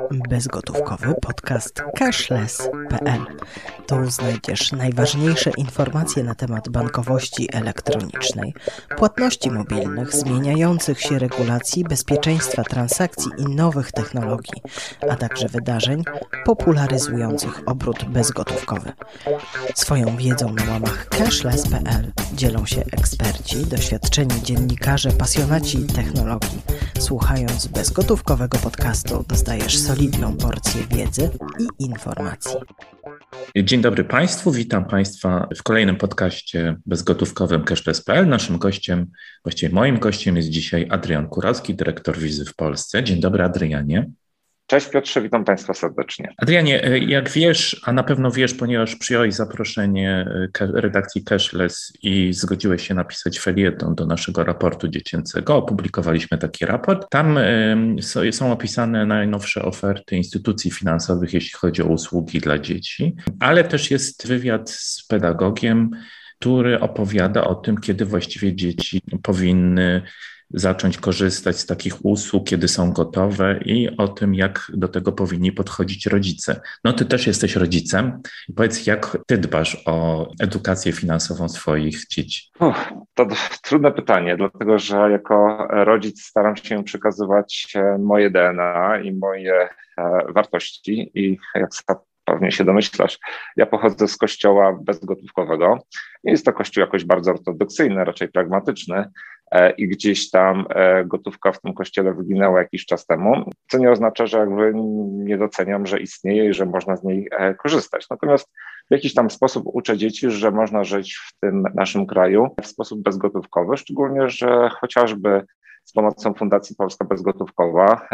Bezgotówkowy podcast cashless.pl. Tu znajdziesz najważniejsze informacje na temat bankowości elektronicznej, płatności mobilnych, zmieniających się regulacji, bezpieczeństwa transakcji i nowych technologii, a także wydarzeń popularyzujących obrót bezgotówkowy. Swoją wiedzą na łamach cashless.pl dzielą się eksperci, doświadczeni dziennikarze, pasjonaci technologii. Słuchając bezgotówkowego podcastu dostajesz solidną porcję wiedzy i informacji. Dzień dobry Państwu, witam Państwa w kolejnym podcaście bezgotówkowym cashless.pl. Naszym gościem, właściwie moim gościem jest dzisiaj Adrian Kurowski, dyrektor Wizy w Polsce. Dzień dobry Adrianie. Cześć Piotrze, witam Państwa serdecznie. Adrianie, jak wiesz, a na pewno wiesz, ponieważ przyjąłeś zaproszenie redakcji Cashless i zgodziłeś się napisać felieton do naszego raportu dziecięcego, opublikowaliśmy taki raport. Tam są opisane najnowsze oferty instytucji finansowych, jeśli chodzi o usługi dla dzieci, ale też jest wywiad z pedagogiem, który opowiada o tym, kiedy właściwie dzieci powinny zacząć korzystać z takich usług, kiedy są gotowe i o tym, jak do tego powinni podchodzić rodzice. No ty też jesteś rodzicem. Powiedz, jak ty dbasz o edukację finansową swoich dzieci? To trudne pytanie, dlatego że jako rodzic staram się przekazywać moje DNA i moje wartości i jak pewnie się domyślasz, ja pochodzę z kościoła bezgotówkowego. Nie jest to kościół jakoś bardzo ortodoksyjny, raczej pragmatyczny i gdzieś tam gotówka w tym kościele wyginęła jakiś czas temu, co nie oznacza, że jakby nie doceniam, że istnieje i że można z niej korzystać. Natomiast w jakiś tam sposób uczę dzieci, że można żyć w tym naszym kraju w sposób bezgotówkowy, szczególnie, że chociażby z pomocą Fundacji Polska Bezgotówkowa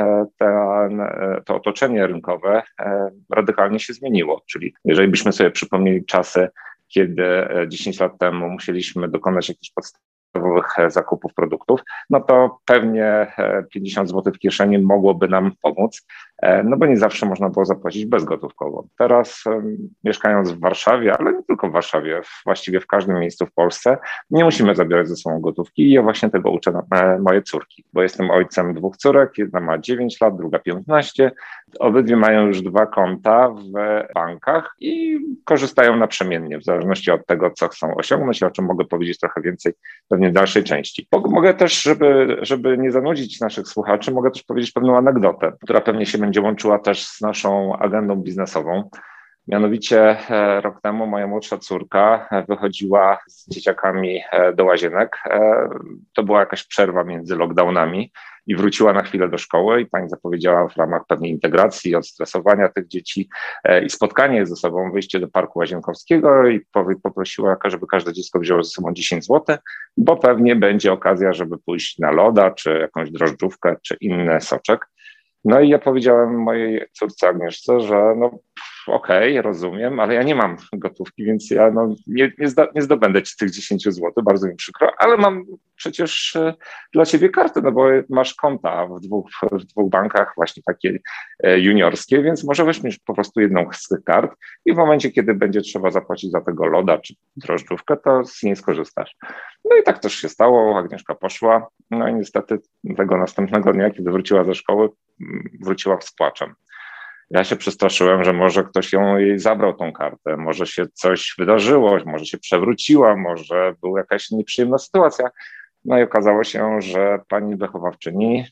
to otoczenie rynkowe radykalnie się zmieniło. Czyli jeżeli byśmy sobie przypomnieli czasy, kiedy 10 lat temu musieliśmy dokonać jakichś podstawowych zakupów produktów, no to pewnie 50 zł w kieszeni mogłoby nam pomóc, no bo nie zawsze można było zapłacić bezgotówkowo. Teraz mieszkając w Warszawie, ale nie tylko w Warszawie, właściwie w każdym miejscu w Polsce, nie musimy zabierać ze sobą gotówki i ja właśnie tego uczę moje córki, bo jestem ojcem 2 córek, jedna ma 9 lat, druga 15, obydwie mają już 2 konta w bankach i korzystają naprzemiennie, w zależności od tego, co chcą osiągnąć, o czym mogę powiedzieć trochę więcej pewnie w dalszej części. Mogę też, żeby nie zanudzić naszych słuchaczy, mogę też powiedzieć pewną anegdotę, która pewnie się będzie łączyła też z naszą agendą biznesową. Mianowicie rok temu moja młodsza córka wychodziła z dzieciakami do łazienek. To była jakaś przerwa między lockdownami i wróciła na chwilę do szkoły i pani zapowiedziała w ramach pewnej integracji, odstresowania tych dzieci i spotkanie ze sobą, wyjście do Parku Łazienkowskiego i poprosiła, żeby każde dziecko wzięło ze sobą 10 zł, bo pewnie będzie okazja, żeby pójść na loda, czy jakąś drożdżówkę, czy inny soczek. No i ja powiedziałem mojej córce Agnieszce, że okej, rozumiem, ale ja nie mam gotówki, więc ja nie zdobędę ci tych 10 zł, bardzo mi przykro, ale mam przecież dla ciebie kartę, no bo masz konta w dwóch bankach właśnie takie juniorskie, więc może weźmiesz po prostu jedną z tych kart i w momencie, kiedy będzie trzeba zapłacić za tego loda czy drożdżówkę, to z niej skorzystasz. No i tak też się stało, Agnieszka poszła, no i niestety tego następnego dnia, kiedy wróciła ze szkoły, wróciła z płaczem. Ja się przestraszyłem, że może ktoś jej zabrał tą kartę, może się coś wydarzyło, może się przewróciła, może była jakaś nieprzyjemna sytuacja. No i okazało się, że pani wychowawczyni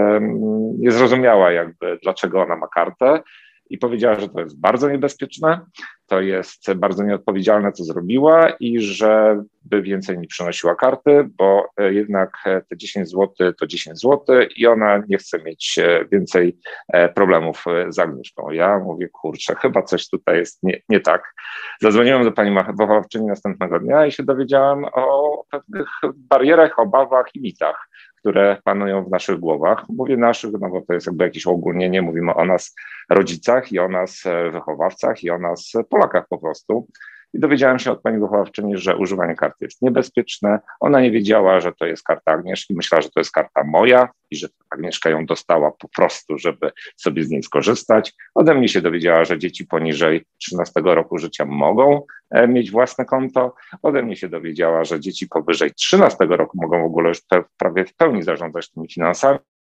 nie zrozumiała jakby, dlaczego ona ma kartę i powiedziała, że to jest bardzo niebezpieczne, to jest bardzo nieodpowiedzialne, co zrobiła i żeby więcej nie przynosiła karty, bo jednak te 10 zł to 10 zł i ona nie chce mieć więcej problemów z Agnieszką. Ja mówię, kurczę, chyba coś tutaj jest nie tak. Zadzwoniłem do pani wychowawczyni następnego dnia i się dowiedziałem o pewnych barierach, obawach i mitach, które panują w naszych głowach. Mówię naszych, no bo to jest jakby jakieś uogólnienie, mówimy o nas rodzicach i o nas wychowawcach i o nas Polakach po prostu. I dowiedziałem się od pani wychowawczyni, że używanie karty jest niebezpieczne. Ona nie wiedziała, że to jest karta Agnieszki, myślała, że to jest karta moja i że Agnieszka ją dostała po prostu, żeby sobie z niej skorzystać. Ode mnie się dowiedziała, że dzieci poniżej 13 roku życia mogą mieć własne konto. Ode mnie się dowiedziała, że dzieci powyżej 13 roku mogą w ogóle już prawie w pełni zarządzać tymi finansami.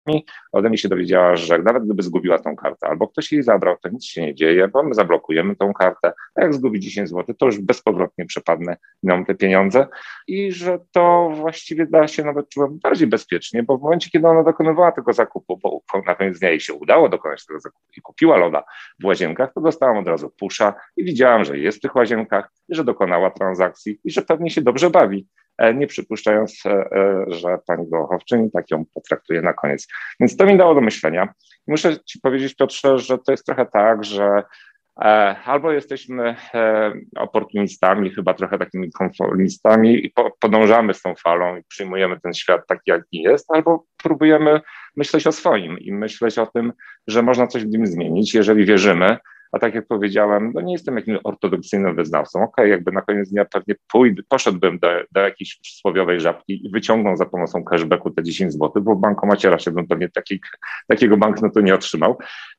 ode mnie się dowiedziała, że nawet gdyby zgubiła tą kartę albo ktoś jej zabrał, to nic się nie dzieje, bo my zablokujemy tą kartę, a jak zgubi 10 zł, to już bezpowrotnie przepadnę nam te pieniądze i że to właściwie da się nawet czułem bardziej bezpiecznie, bo w momencie, kiedy ona dokonywała tego zakupu, bo na koniec dnia jej się udało dokonać tego zakupu i kupiła loda w Łazienkach, to dostałam od razu pusha i widziałam, że jest w tych Łazienkach i że dokonała transakcji i że pewnie się dobrze bawi, nie przypuszczając, że pani wychowawczyni tak ją potraktuje na koniec. Więc to mi dało do myślenia. Muszę ci powiedzieć, Piotrze, że to jest trochę tak, że albo jesteśmy oportunistami, chyba trochę takimi konformistami i podążamy z tą falą i przyjmujemy ten świat taki, jaki jest, albo próbujemy myśleć o swoim i myśleć o tym, że można coś w nim zmienić, jeżeli wierzymy. A tak jak powiedziałem, no nie jestem jakimś ortodoksyjnym wyznawcą. Okej, jakby na koniec dnia pewnie poszedłbym do jakiejś przysłowiowej żabki i wyciągnął za pomocą cashbacku te 10 zł, bo w bankomacie raczej bym pewnie takiego banknotu nie otrzymał.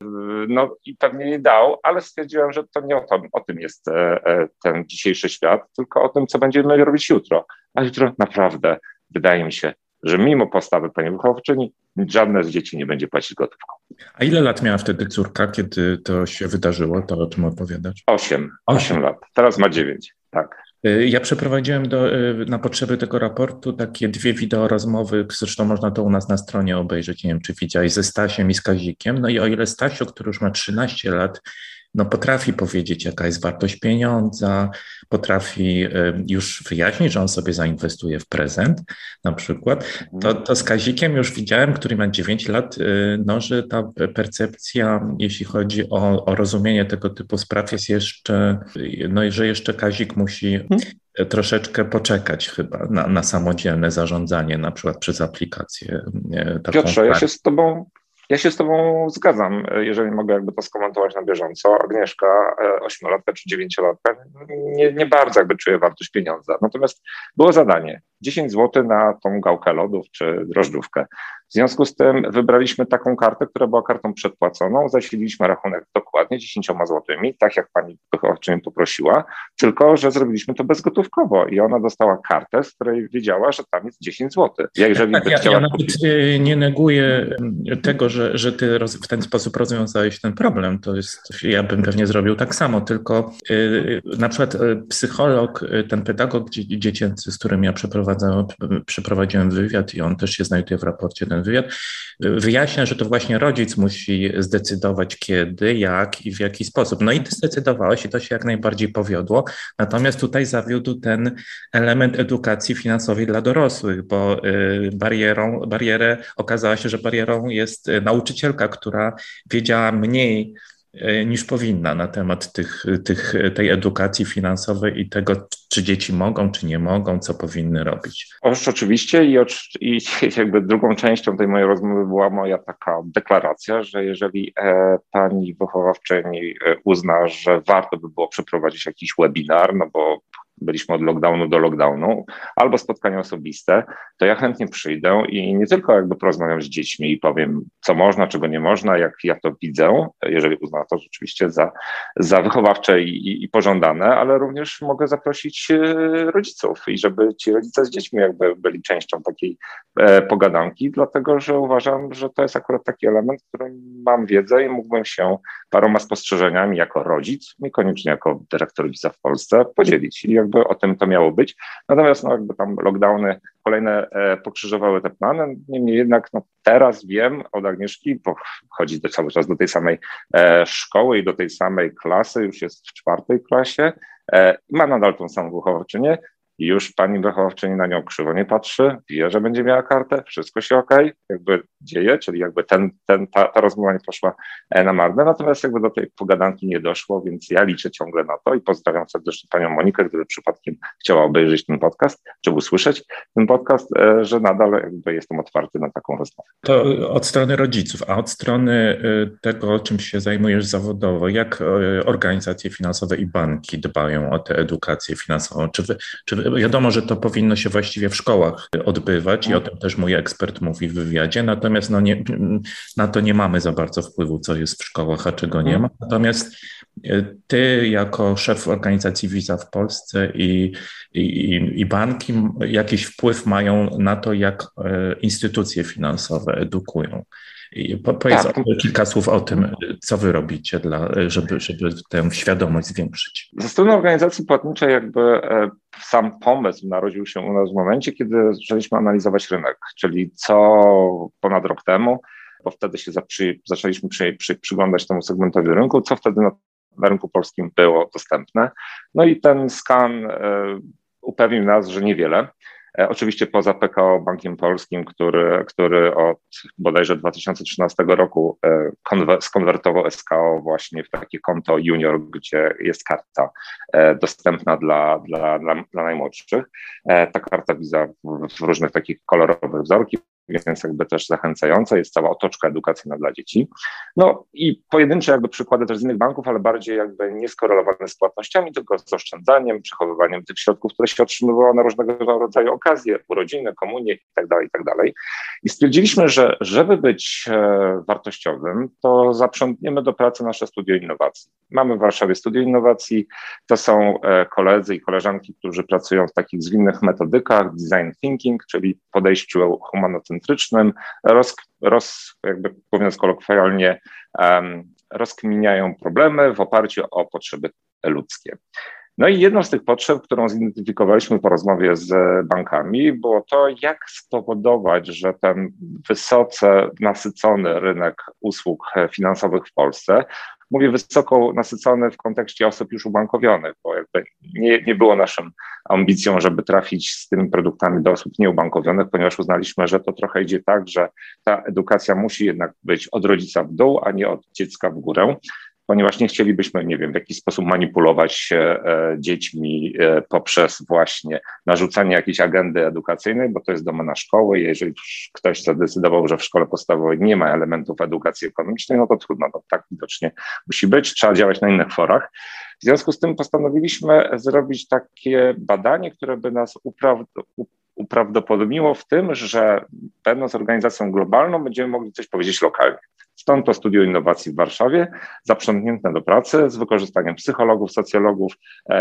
No i pewnie nie dał, ale stwierdziłem, że to nie o tym jest ten dzisiejszy świat, tylko o tym, co będziemy robić jutro. A jutro naprawdę wydaje mi się, że mimo postawy pani wychowawczyni żadne z dzieci nie będzie płacić gotówką. A ile lat miała wtedy córka, kiedy to się wydarzyło, to o czym opowiadasz? 8 lat. Teraz ma 9, tak. Ja przeprowadziłem na potrzeby tego raportu takie 2 wideo rozmowy, zresztą można to u nas na stronie obejrzeć, nie wiem czy widziałeś, ze Stasiem i z Kazikiem. No i o ile Stasio, który już ma 13 lat, no potrafi powiedzieć, jaka jest wartość pieniądza, potrafi już wyjaśnić, że on sobie zainwestuje w prezent na przykład, to z Kazikiem już widziałem, który ma 9 lat, no, że ta percepcja, jeśli chodzi o rozumienie tego typu spraw jest jeszcze, no i że jeszcze Kazik musi troszeczkę poczekać chyba na samodzielne zarządzanie, na przykład przez aplikację. Piotrze, ja się z tobą zgadzam, jeżeli mogę jakby to skomentować na bieżąco. Agnieszka, 8-latka czy 9-latka, nie bardzo jakby czuje wartość pieniądza. Natomiast było zadanie, 10 zł na tą gałkę lodów czy drożdżówkę. W związku z tym wybraliśmy taką kartę, która była kartą przedpłaconą, zasililiśmy rachunek dokładnie 10 złotymi, tak jak pani wychowawczyni poprosiła, tylko że zrobiliśmy to bezgotówkowo i ona dostała kartę, z której wiedziała, że tam jest 10 zł. Ja nawet nie neguję tego, że ty w ten sposób rozwiązałeś ten problem. To jest, ja bym pewnie zrobił tak samo, tylko na przykład psycholog, ten pedagog dziecięcy, z którym ja przeprowadziłem wywiad i on też się znajduje w raporcie, ten wywiad, wyjaśnia, że to właśnie rodzic musi zdecydować kiedy, jak i w jaki sposób. No i ty zdecydowałeś i to się jak najbardziej powiodło, natomiast tutaj zawiódł ten element edukacji finansowej dla dorosłych, bo okazało się, że barierą jest nauczycielka, która wiedziała mniej niż powinna na temat tej edukacji finansowej i tego, czy dzieci mogą, czy nie mogą, co powinny robić. Oczywiście i jakby drugą częścią tej mojej rozmowy była moja taka deklaracja, że jeżeli pani wychowawczyni uzna, że warto by było przeprowadzić jakiś webinar, no bo byliśmy od lockdownu do lockdownu, albo spotkania osobiste, to ja chętnie przyjdę i nie tylko jakby porozmawiam z dziećmi i powiem, co można, czego nie można, jak ja to widzę, jeżeli uzna to rzeczywiście za wychowawcze i pożądane, ale również mogę zaprosić rodziców i żeby ci rodzice z dziećmi jakby byli częścią takiej pogadanki, dlatego że uważam, że to jest akurat taki element, w którym mam wiedzę i mógłbym się paroma spostrzeżeniami jako rodzic, niekoniecznie jako dyrektor WISA w Polsce, podzielić. I jakby o tym to miało być. Natomiast no jakby tam lockdowny kolejne pokrzyżowały te plany. Niemniej jednak no teraz wiem od Agnieszki, bo chodzi cały czas do tej samej szkoły i do tej samej klasy, już jest w 4. klasie, ma nadal tą samą wychowawczynię. I już pani wychowawczyni na nią krzywo nie patrzy, wie, że będzie miała kartę, wszystko się okej, jakby dzieje, czyli jakby ta rozmowa nie poszła na marne, natomiast jakby do tej pogadanki nie doszło, więc ja liczę ciągle na to i pozdrawiam serdecznie panią Monikę, która przypadkiem chciała obejrzeć ten podcast, czy usłyszeć ten podcast, że nadal jakby jestem otwarty na taką rozmowę. To od strony rodziców, a od strony tego, czym się zajmujesz zawodowo, jak organizacje finansowe i banki dbają o tę edukację finansową? Czy wiadomo, że to powinno się właściwie w szkołach odbywać i o tym też mój ekspert mówi w wywiadzie, natomiast na to nie mamy za bardzo wpływu, co jest w szkołach, a czego nie ma. Natomiast Ty jako szef organizacji Visa w Polsce i banki jakiś wpływ mają na to, jak instytucje finansowe edukują. Powiedz kilka słów o tym, co wy robicie, żeby tę świadomość zwiększyć. Ze strony organizacji płatniczej jakby sam pomysł narodził się u nas w momencie, kiedy zaczęliśmy analizować rynek, czyli co ponad rok temu, bo wtedy się zaczęliśmy przyglądać temu segmentowi rynku, co wtedy na rynku polskim było dostępne. No i ten skan upewnił nas, że niewiele. Oczywiście poza PKO Bankiem Polskim, który od bodajże 2013 roku skonwertował SKO właśnie w takie konto junior, gdzie jest karta dostępna dla najmłodszych. Ta karta Visa w różnych takich kolorowych wzorki, więc jakby też zachęcająca, jest cała otoczka edukacyjna dla dzieci. No i pojedyncze jakby przykłady też z innych banków, ale bardziej jakby nieskorelowane z płatnościami, tylko z oszczędzaniem, przechowywaniem tych środków, które się otrzymywało na różnego rodzaju okazje, urodziny, komunie itd. I stwierdziliśmy, że żeby być wartościowym, to zaprzątniemy do pracy nasze studio innowacji. Mamy w Warszawie studio innowacji, to są koledzy i koleżanki, którzy pracują w takich zwinnych metodykach, design thinking, czyli podejściu humanocentrycznym, jakby mówiąc kolokwialnie, rozkminiają problemy w oparciu o potrzeby ludzkie. No i jedną z tych potrzeb, którą zidentyfikowaliśmy po rozmowie z bankami, było to, jak spowodować, że ten wysoce nasycony rynek usług finansowych w Polsce, mówię wysoko nasycony w kontekście osób już ubankowionych, bo jakby nie było naszą ambicją, żeby trafić z tymi produktami do osób nieubankowionych, ponieważ uznaliśmy, że to trochę idzie tak, że ta edukacja musi jednak być od rodzica w dół, a nie od dziecka w górę, ponieważ nie chcielibyśmy, nie wiem, w jakiś sposób manipulować dziećmi poprzez właśnie narzucanie jakiejś agendy edukacyjnej, bo to jest domena szkoły. Jeżeli ktoś zadecydował, że w szkole podstawowej nie ma elementów edukacji ekonomicznej, no to trudno, no tak widocznie musi być, trzeba działać na innych forach. W związku z tym postanowiliśmy zrobić takie badanie, które by nas uprawdopodobniło w tym, że będąc organizacją globalną będziemy mogli coś powiedzieć lokalnie. Stąd to Studio Innowacji w Warszawie, zaprzątnięte do pracy z wykorzystaniem psychologów, socjologów,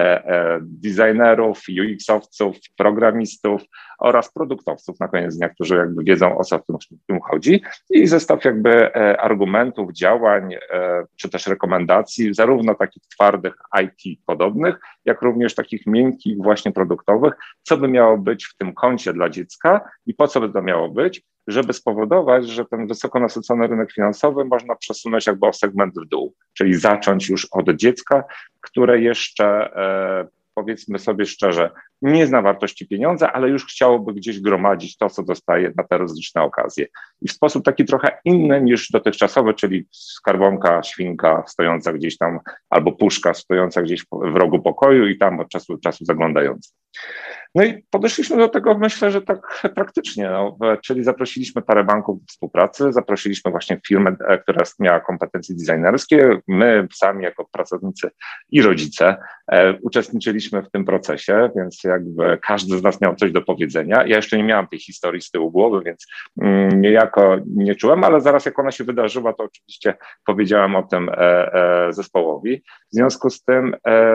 designerów, UX-owców, programistów oraz produktowców na koniec dnia, którzy jakby wiedzą, o co w tym chodzi, i zestaw jakby argumentów, działań czy też rekomendacji, zarówno takich twardych IT podobnych, jak również takich miękkich właśnie produktowych, co by miało być w tym koncie dla dziecka i po co by to miało być, żeby spowodować, że ten wysoko nasycony rynek finansowy można przesunąć jakby o segment w dół, czyli zacząć już od dziecka, które jeszcze, powiedzmy sobie szczerze, nie zna wartości pieniądza, ale już chciałoby gdzieś gromadzić to, co dostaje na te rozliczne okazje. I w sposób taki trochę inny niż dotychczasowy, czyli skarbonka, świnka stojąca gdzieś tam, albo puszka stojąca gdzieś w rogu pokoju i tam od czasu do czasu zaglądająca. No i podeszliśmy do tego, myślę, że tak praktycznie, czyli zaprosiliśmy parę banków do współpracy, zaprosiliśmy właśnie firmę, która miała kompetencje designerskie, my sami jako pracownicy i rodzice uczestniczyliśmy w tym procesie, więc jakby każdy z nas miał coś do powiedzenia. Ja jeszcze nie miałam tej historii z tyłu głowy, więc niejako nie czułem, ale zaraz jak ona się wydarzyła, to oczywiście powiedziałem o tym zespołowi. W związku z tym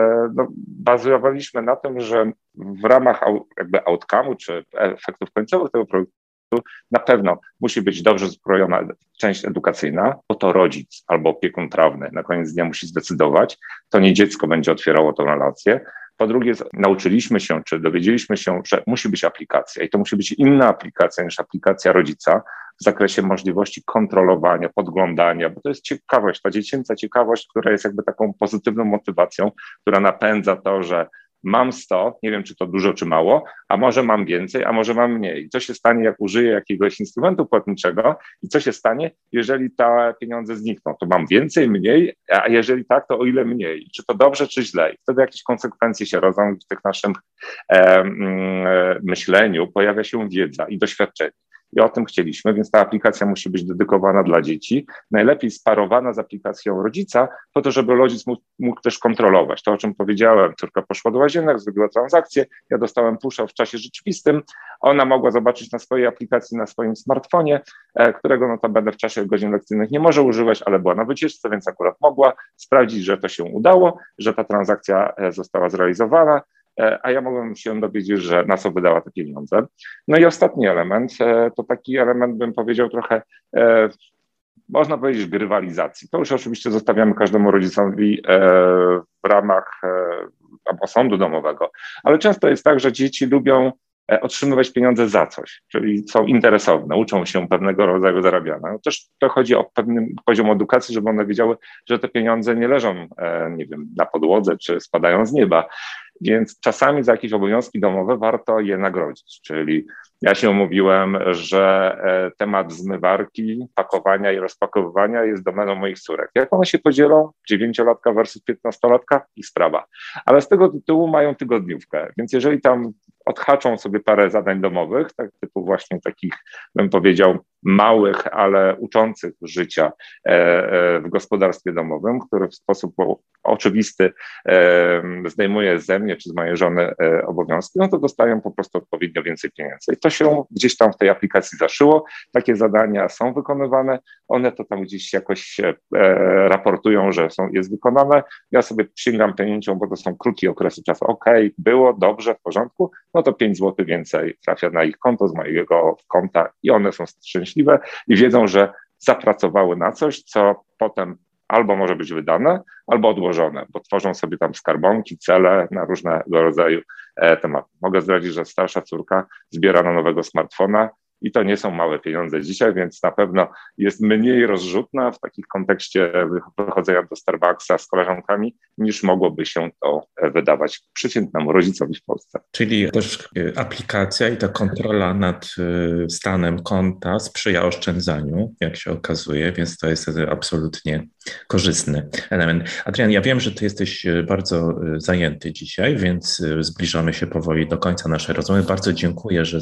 bazowaliśmy na tym, że w ramach jakby outcome'u czy efektów końcowych tego projektu na pewno musi być dobrze zbrojona część edukacyjna, bo to rodzic albo opiekun prawny na koniec dnia musi zdecydować, to nie dziecko będzie otwierało tą relację. Po drugie, nauczyliśmy się, czy dowiedzieliśmy się, że musi być aplikacja i to musi być inna aplikacja niż aplikacja rodzica w zakresie możliwości kontrolowania, podglądania, bo to jest ciekawość, ta dziecięca ciekawość, która jest jakby taką pozytywną motywacją, która napędza to, że mam 100, nie wiem, czy to dużo, czy mało, a może mam więcej, a może mam mniej. Co się stanie, jak użyję jakiegoś instrumentu płatniczego i co się stanie, jeżeli te pieniądze znikną? To mam więcej, mniej, a jeżeli tak, to o ile mniej? Czy to dobrze, czy źle? I wtedy jakieś konsekwencje się rodzą w tym naszym myśleniu, pojawia się wiedza i doświadczenie. i o tym chcieliśmy, więc ta aplikacja musi być dedykowana dla dzieci, najlepiej sparowana z aplikacją rodzica, po to, żeby rodzic mógł też kontrolować. To, o czym powiedziałem, córka poszła do łazienek, zrobiła transakcję, ja dostałem pusha w czasie rzeczywistym, ona mogła zobaczyć na swojej aplikacji, na swoim smartfonie, którego notabene w czasie godzin lekcyjnych nie może używać, ale była na wycieczce, więc akurat mogła sprawdzić, że to się udało, że ta transakcja została zrealizowana, a ja mogłem się dowiedzieć, że na co wydała te pieniądze. No i ostatni element, to taki element, bym powiedział, trochę można powiedzieć grywalizacji. To już oczywiście zostawiamy każdemu rodzicowi w ramach sądu domowego, ale często jest tak, że dzieci lubią otrzymywać pieniądze za coś, czyli są interesowne, uczą się pewnego rodzaju zarabiania. No też to chodzi o pewien poziom edukacji, żeby one wiedziały, że te pieniądze nie leżą, nie wiem, na podłodze czy spadają z nieba. Więc czasami za jakieś obowiązki domowe warto je nagrodzić, czyli ja się umówiłem, że temat zmywarki, pakowania i rozpakowywania jest domeną moich córek. Jak one się podzielą, 9-latka versus 15-latka, ich sprawa. Ale z tego tytułu mają tygodniówkę, więc jeżeli tam odhaczą sobie parę zadań domowych, tak typu właśnie takich, bym powiedział, małych, ale uczących życia w gospodarstwie domowym, który w sposób oczywisty zdejmuje ze mnie czy z mojej żony obowiązki, no to dostają po prostu odpowiednio więcej pieniędzy. I to się gdzieś tam w tej aplikacji zaszyło. Takie zadania są wykonywane, one to tam gdzieś jakoś raportują, że jest wykonane. Ja sobie sięgam pamięcią, bo to są krótkie okresy czasu. Okej, było, dobrze, w porządku, no to 5 zł więcej trafia na ich konto z mojego konta i one są szczęśliwe i wiedzą, że zapracowały na coś, co potem albo może być wydane, albo odłożone, bo tworzą sobie tam skarbonki, cele na różnego rodzaju tematy. Mogę zdradzić, że starsza córka zbiera na nowego smartfona i to nie są małe pieniądze dzisiaj, więc na pewno jest mniej rozrzutna w takim kontekście wychodzenia do Starbucksa z koleżankami, niż mogłoby się to wydawać przeciętnemu rodzicowi w Polsce. Czyli też aplikacja i ta kontrola nad stanem konta sprzyja oszczędzaniu, jak się okazuje, więc to jest absolutnie korzystny element. Adrian, ja wiem, że ty jesteś bardzo zajęty dzisiaj, więc zbliżamy się powoli do końca naszej rozmowy. Bardzo dziękuję, że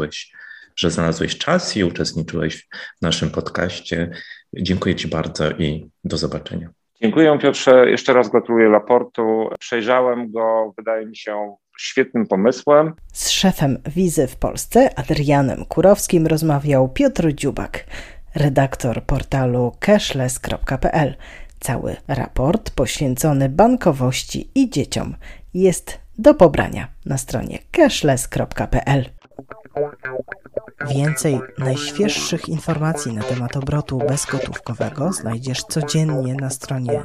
znalazłeś czas i uczestniczyłeś w naszym podcaście. Dziękuję ci bardzo i do zobaczenia. Dziękuję, Piotrze. Jeszcze raz gratuluję raportu. Przejrzałem go, wydaje mi się świetnym pomysłem. Z szefem Wizy w Polsce, Adrianem Kurowskim, rozmawiał Piotr Dziubak, redaktor portalu cashless.pl. Cały raport poświęcony bankowości i dzieciom jest do pobrania na stronie cashless.pl. Więcej najświeższych informacji na temat obrotu bezgotówkowego znajdziesz codziennie na stronie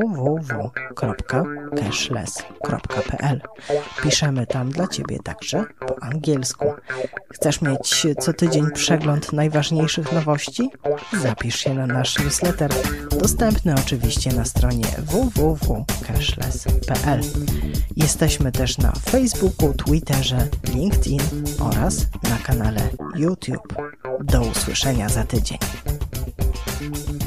www.cashless.pl. Piszemy tam dla Ciebie także po angielsku. Chcesz mieć co tydzień przegląd najważniejszych nowości? Zapisz się na nasz newsletter, dostępny oczywiście na stronie www.cashless.pl. Jesteśmy też na Facebooku, Twitterze, LinkedIn oraz na kanale YouTube. Do usłyszenia za tydzień.